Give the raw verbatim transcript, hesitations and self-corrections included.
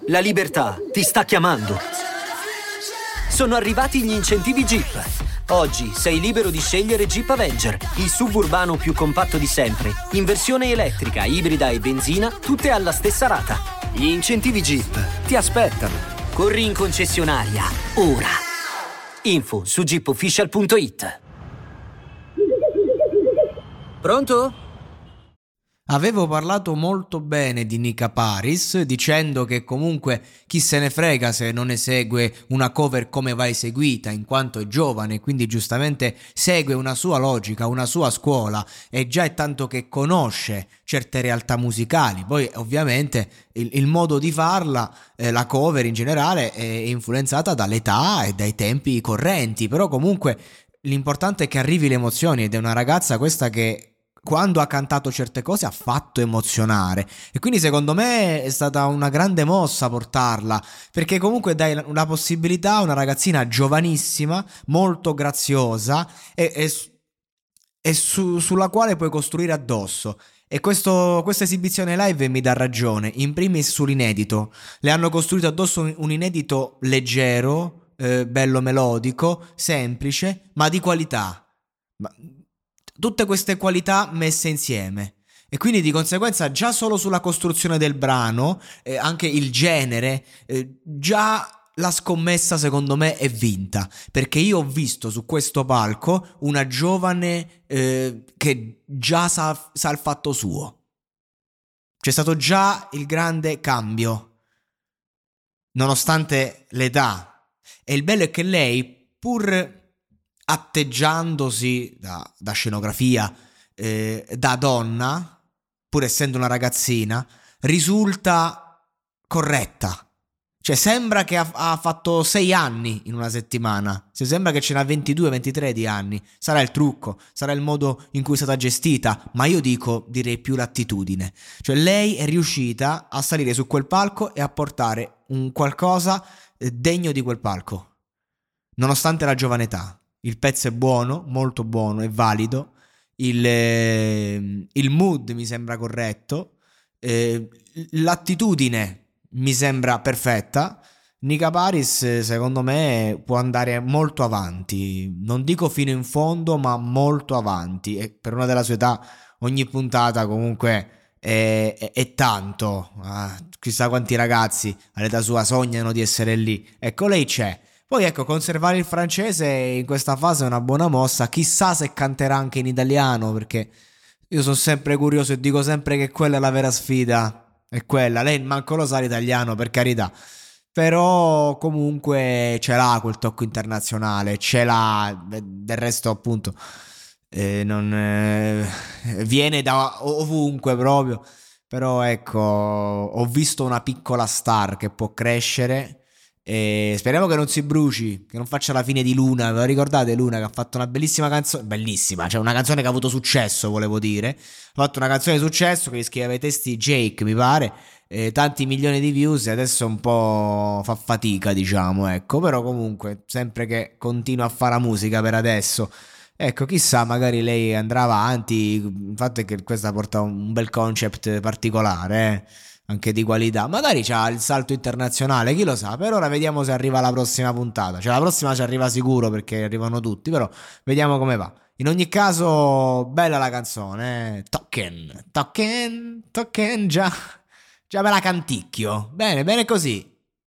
La libertà ti sta chiamando. Sono arrivati gli incentivi Jeep. Oggi sei libero di scegliere Jeep Avenger, il S U V urbano più compatto di sempre, in versione elettrica, ibrida e benzina, tutte alla stessa rata. Gli incentivi Jeep ti aspettano. Corri in concessionaria, ora. Info su jeep official punto it. Pronto? Avevo parlato molto bene di Nika Paris, dicendo che comunque chi se ne frega se non esegue una cover come va eseguita, in quanto è giovane, quindi giustamente segue una sua logica, una sua scuola, e già è tanto che conosce certe realtà musicali. Poi ovviamente il, il modo di farla, eh, la cover in generale, è influenzata dall'età e dai tempi correnti, però comunque l'importante è che arrivi le emozioni, ed è una ragazza questa che quando ha cantato certe cose ha fatto emozionare, e quindi secondo me è stata una grande mossa portarla, perché comunque dai la possibilità a una ragazzina giovanissima, molto graziosa e, e, e su, sulla quale puoi costruire addosso. E questo, questa esibizione live mi dà ragione, in primis sull'inedito. Le hanno costruito addosso un, un inedito leggero, eh, bello melodico, semplice, ma di qualità. Ma tutte queste qualità messe insieme, e quindi di conseguenza già solo sulla costruzione del brano, eh, anche il genere, eh, già la scommessa secondo me è vinta, perché io ho visto su questo palco una giovane eh, che già sa, sa il fatto suo. C'è stato già il grande cambio nonostante l'età, e il bello è che lei, pur atteggiandosi da, da scenografia, eh, da donna, pur essendo una ragazzina, risulta corretta. Cioè sembra che ha, ha fatto sei anni in una settimana, se sembra che ce n'ha ventidue ventitré di anni. Sarà il trucco, sarà il modo in cui è stata gestita, ma io dico, direi più l'attitudine. Cioè lei è riuscita a salire su quel palco e a portare un qualcosa degno di quel palco, nonostante la giovane età. Il pezzo è buono, molto buono, è valido, il, eh, il mood mi sembra corretto, eh, l'attitudine mi sembra perfetta. Nika Paris secondo me può andare molto avanti, non dico fino in fondo, ma molto avanti, e per una della sua età ogni puntata comunque è, è, è tanto. Ah, chissà quanti ragazzi all'età sua sognano di essere lì, ecco lei c'è. Poi ecco, conservare il francese in questa fase è una buona mossa, chissà se canterà anche in italiano, perché io sono sempre curioso e dico sempre che quella è la vera sfida, è quella. Lei manco lo sa l'italiano, per carità, però comunque ce l'ha quel tocco internazionale, ce l'ha, del resto appunto eh, non eh, viene da ovunque proprio. Però ecco, ho visto una piccola star che può crescere. E speriamo che non si bruci, che non faccia la fine di Luna. Ve la ricordate Luna, che ha fatto una bellissima canzone? Bellissima, cioè una canzone che ha avuto successo, volevo dire. Ha fatto una canzone di successo che scriveva i testi Jake, mi pare, eh, tanti milioni di views, e adesso un po' fa fatica, diciamo, ecco. Però comunque, sempre che continua a fare la musica per adesso, ecco, chissà, magari lei andrà avanti. Il fatto è che questa porta un bel concept particolare, eh, anche di qualità. Magari c'ha il salto internazionale, chi lo sa. Per ora vediamo se arriva la prossima puntata. Cioè la prossima ci arriva sicuro, perché arrivano tutti, però vediamo come va. In ogni caso, bella la canzone, eh? Token, Token, Token, già, già me la canticchio. Bene, bene così.